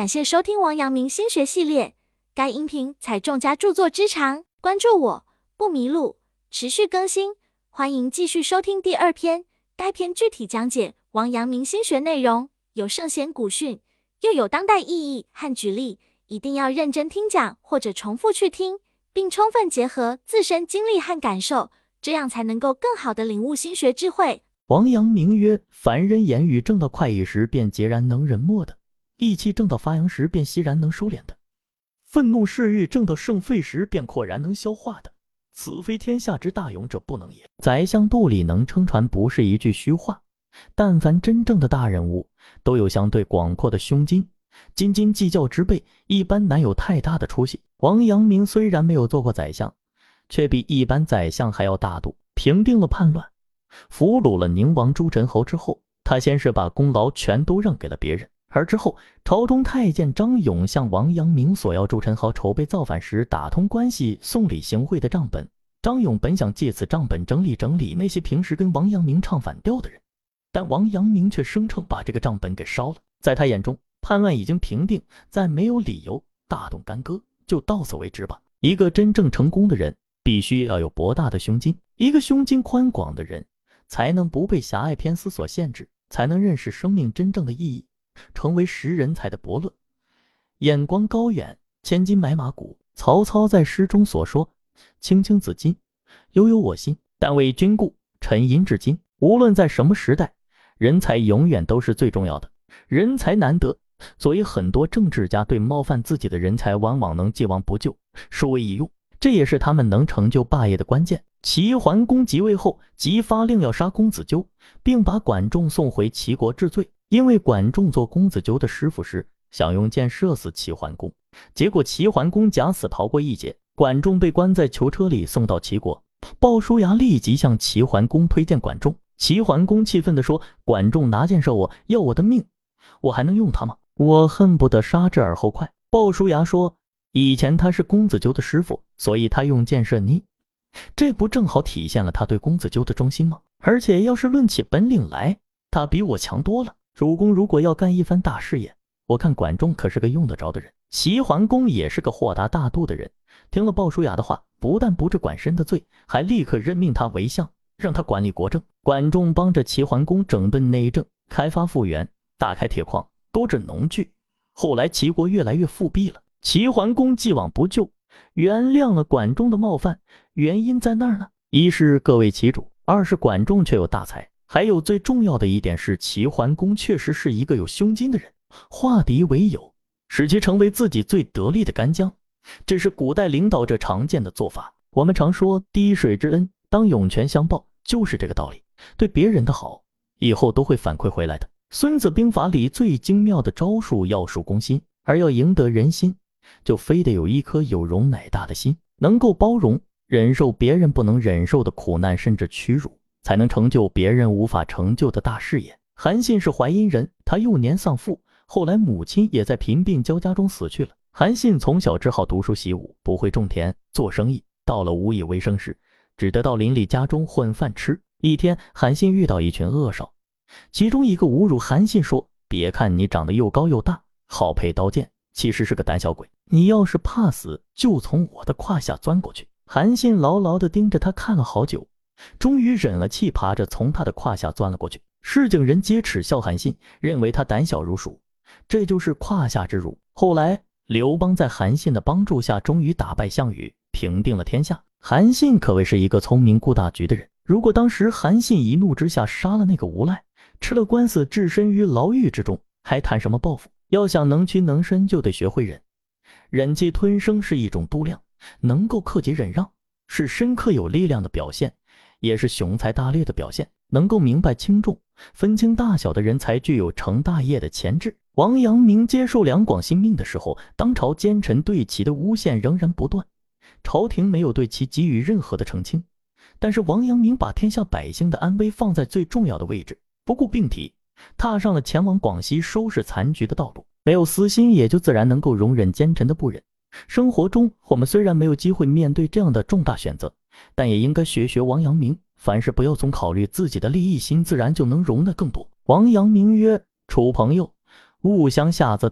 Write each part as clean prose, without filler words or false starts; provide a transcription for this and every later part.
感谢收听王阳明心学系列，该音频采众家著作之长，关注我不迷路，持续更新，欢迎继续收听第2篇。该篇具体讲解王阳明心学内容，有圣贤古训，又有当代意义和举例，一定要认真听讲或者重复去听，并充分结合自身经历和感受，这样才能够更好地领悟心学智慧。 王阳明曰：凡人言语正到快意时，便截然能忍默的；意气正到发扬时，便息然能收敛的；愤怒嗜欲正到盛沸时，便阔然能消化的。此非天下之大勇者不能也。宰相肚里能撑船，不是一句虚话。但凡真正的大人物，都有相对广阔的胸襟，斤斤计较之辈一般难有太大的出息。王阳明虽然没有做过宰相，却比一般宰相还要大度。平定了叛乱，俘虏了宁王诸陈侯之后，他先是把功劳全都让给了别人，而之后朝中太监张勇向王阳明索要诸陈侯筹备造反时打通关系送礼行贿的账本。张勇本想借此账本整理整理那些平时跟王阳明唱反调的人，但王阳明却声称把这个账本给烧了。在他眼中，叛乱已经平定，再没有理由大动干戈，就到此为止吧。一个真正成功的人必须要有博大的胸襟，一个胸襟宽广的人才能不被狭隘偏私所限制，才能认识生命真正的意义，成为识人才的伯乐，眼光高远，千金买马骨。曹操在诗中所说：青青子衿，悠悠我心，但为君故，沉吟至今。无论在什么时代，人才永远都是最重要的，人才难得，所以很多政治家对冒犯自己的人才往往能既往不咎，收为已用，这也是他们能成就霸业的关键。齐桓公即位后，即发令要杀公子纠，并把管仲送回齐国治罪。因为管仲做公子纠的师傅时，想用箭射死齐桓公，结果齐桓公假死逃过一劫，管仲被关在囚车里送到齐国。鲍叔牙立即向齐桓公推荐管仲，齐桓公气愤地说：管仲拿箭射我，要我的命，我还能用他吗？我恨不得杀之而后快。鲍叔牙说：以前他是公子纠的师傅，所以他用箭射你，这不正好体现了他对公子纠的忠心吗？而且要是论起本领来，他比我强多了。主公如果要干一番大事业，我看管仲可是个用得着的人。齐桓公也是个豁达大度的人，听了鲍叔牙的话，不但不治管身的罪，还立刻任命他为相，让他管理国政。管仲帮着齐桓公整顿内政，开发复原，大开铁矿，多治农具。后来齐国越来越富辟了，齐桓公既往不咎，原谅了管仲的冒犯。原因在那儿呢，一是各为其主，二是管仲却有大才，还有最重要的一点是齐桓公确实是一个有胸襟的人，化敌为友，使其成为自己最得力的干将，这是古代领导者常见的做法。我们常说滴水之恩当涌泉相报，就是这个道理。对别人的好，以后都会反馈回来的。孙子兵法里最精妙的招数要术攻心，而要赢得人心，就非得有一颗有容乃大的心，能够包容忍受别人不能忍受的苦难甚至屈辱，才能成就别人无法成就的大事业。韩信是淮阴人，他幼年丧父，后来母亲也在贫病交加中死去了。韩信从小只好读书习武，不会种田做生意，到了无以为生时，只得到邻里家中混饭吃。一天，韩信遇到一群恶少，其中一个侮辱韩信说：别看你长得又高又大，好配刀剑，其实是个胆小鬼，你要是怕死，就从我的胯下钻过去。韩信牢牢地盯着他看了好久，终于忍了气，爬着从他的胯下钻了过去。市井人皆耻笑韩信，认为他胆小如鼠，这就是胯下之辱。后来刘邦在韩信的帮助下终于打败项羽，平定了天下。韩信可谓是一个聪明顾大局的人，如果当时韩信一怒之下杀了那个无赖，吃了官司置身于牢狱之中，还谈什么报复？要想能屈能伸，就得学会忍。忍气吞声是一种度量，能够克己忍让是深刻有力量的表现，也是雄才大略的表现。能够明白轻重分清大小的人才具有成大业的潜质。王阳明接受两广新命的时候，当朝奸臣对其的诬陷仍然不断，朝廷没有对其给予任何的澄清，但是王阳明把天下百姓的安危放在最重要的位置，不顾病体，踏上了前往广西收拾残局的道路。没有私心，也就自然能够容忍奸臣的不忍。生活中我们虽然没有机会面对这样的重大选择，但也应该学学王阳明，凡事不要总考虑自己的利益心，自然就能容得更多。王阳明曰：处朋友，勿相下则得意，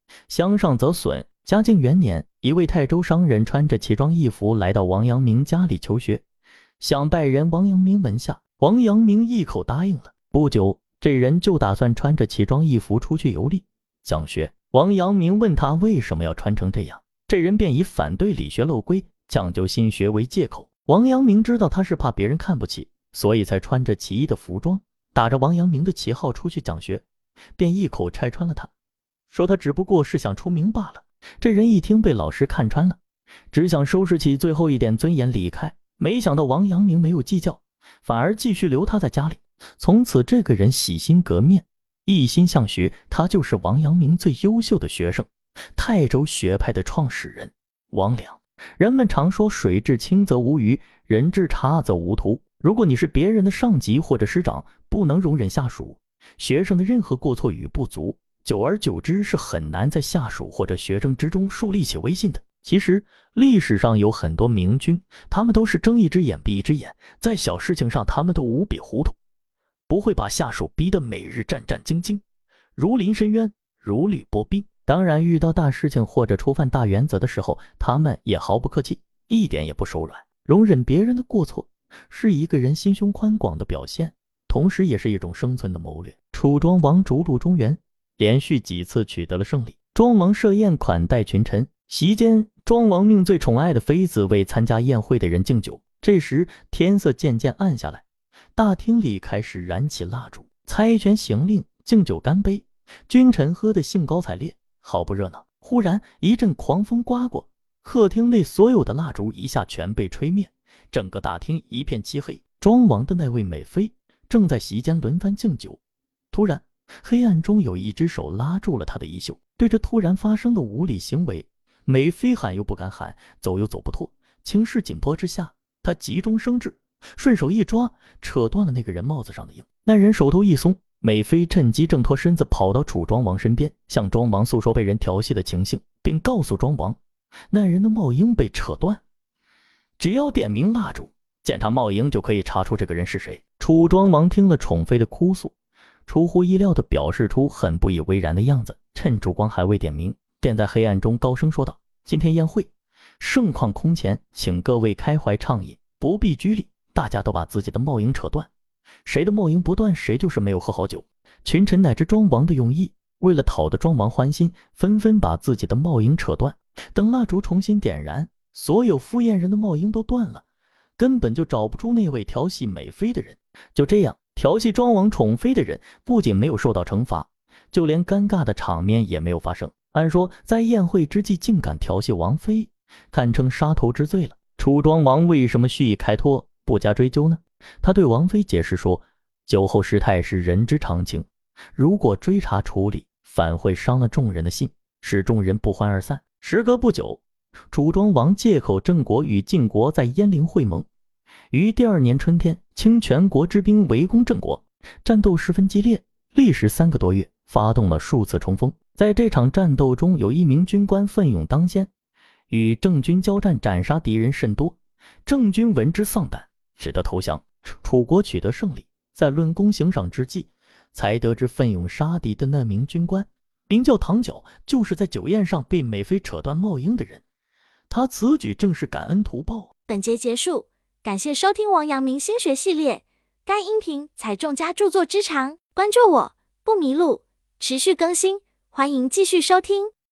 乡上则损。嘉靖元年，一位泰州商人穿着奇装异服来到王阳明家里求学，想拜人王阳明门下。王阳明一口答应了。不久，这人就打算穿着奇装异服出去游历讲学。王阳明问他为什么要穿成这样，这人便以反对理学漏规、讲究心学为借口。王阳明知道他是怕别人看不起，所以才穿着奇异的服装，打着王阳明的旗号出去讲学，便一口拆穿了他，说他只不过是想出名罢了。这人一听被老师看穿了，只想收拾起最后一点尊严离开，没想到王阳明没有计较，反而继续留他在家里。从此这个人洗心革面，一心向学，他就是王阳明最优秀的学生，泰州学派的创始人王良。人们常说水至清则无鱼，人至察则无徒。如果你是别人的上级或者师长，不能容忍下属学生的任何过错与不足，久而久之是很难在下属或者学生之中树立起威信的。其实历史上有很多明君，他们都是睁一只眼闭一只眼，在小事情上他们都无比糊涂，不会把下属逼得每日战战兢兢，如临深渊，如履薄冰。当然遇到大事情或者触犯大原则的时候，他们也毫不客气，一点也不手软。容忍别人的过错是一个人心胸宽广的表现，同时也是一种生存的谋略。楚庄王逐鹿中原，连续几次取得了胜利。庄王设宴款待群臣，席间庄王命最宠爱的妃子为参加宴会的人敬酒。这时天色渐渐暗下来，大厅里开始燃起蜡烛，猜拳行令，敬酒干杯，君臣喝得兴高采烈，好不热闹。忽然一阵狂风刮过，客厅内所有的蜡烛一下全被吹灭，整个大厅一片漆黑。庄王的那位美妃正在席间轮番敬酒，突然黑暗中有一只手拉住了她的衣袖。对这突然发生的无理行为，美妃喊又不敢喊，走又走不脱，情势紧迫之下，她急中生智，顺手一抓，扯断了那个人帽子上的缨。那人手头一松，美妃趁机挣脱身子，跑到楚庄王身边，向庄王诉说被人调戏的情形，并告诉庄王那人的帽缨被扯断，只要点明蜡烛，检查帽缨就可以查出这个人是谁。楚庄王听了宠妃的哭诉，出乎意料地表示出很不以为然的样子，趁烛光还未点明，便在黑暗中高声说道：今天宴会盛况空前，请各位开怀畅饮，不必拘礼，大家都把自己的帽缨扯断，谁的帽缨不断，谁就是没有喝好酒。群臣乃知庄王的用意，为了讨得庄王欢心，纷纷把自己的帽缨扯断。等蜡烛重新点燃，所有赴宴人的帽缨都断了，根本就找不出那位调戏美妃的人。就这样，调戏庄王宠妃的人不仅没有受到惩罚，就连尴尬的场面也没有发生。按说在宴会之际竟敢调戏王妃，堪称杀头之罪了。楚庄王为什么蓄意开脱，不加追究呢？他对王妃解释说，酒后失态是人之常情，如果追查处理，反会伤了众人的心，使众人不欢而散。时隔不久，楚庄王借口郑国与晋国在鄢陵会盟，于第二年春天倾全国之兵围攻郑国，战斗十分激烈，历时3个多月，发动了数次冲锋。在这场战斗中，有一名军官奋勇当先，与郑军交战，斩杀敌人甚多。郑军闻之丧胆，只得投降。楚国取得胜利，在论功行赏之际，才得知奋勇杀敌的那名军官名叫唐角，就是在酒宴上被美妃扯断帽缨的人。他此举正是感恩图报。 本节结束，感谢收听王阳明心学系列。该音频采众家著作之长，关注我不迷路，持续更新，欢迎继续收听。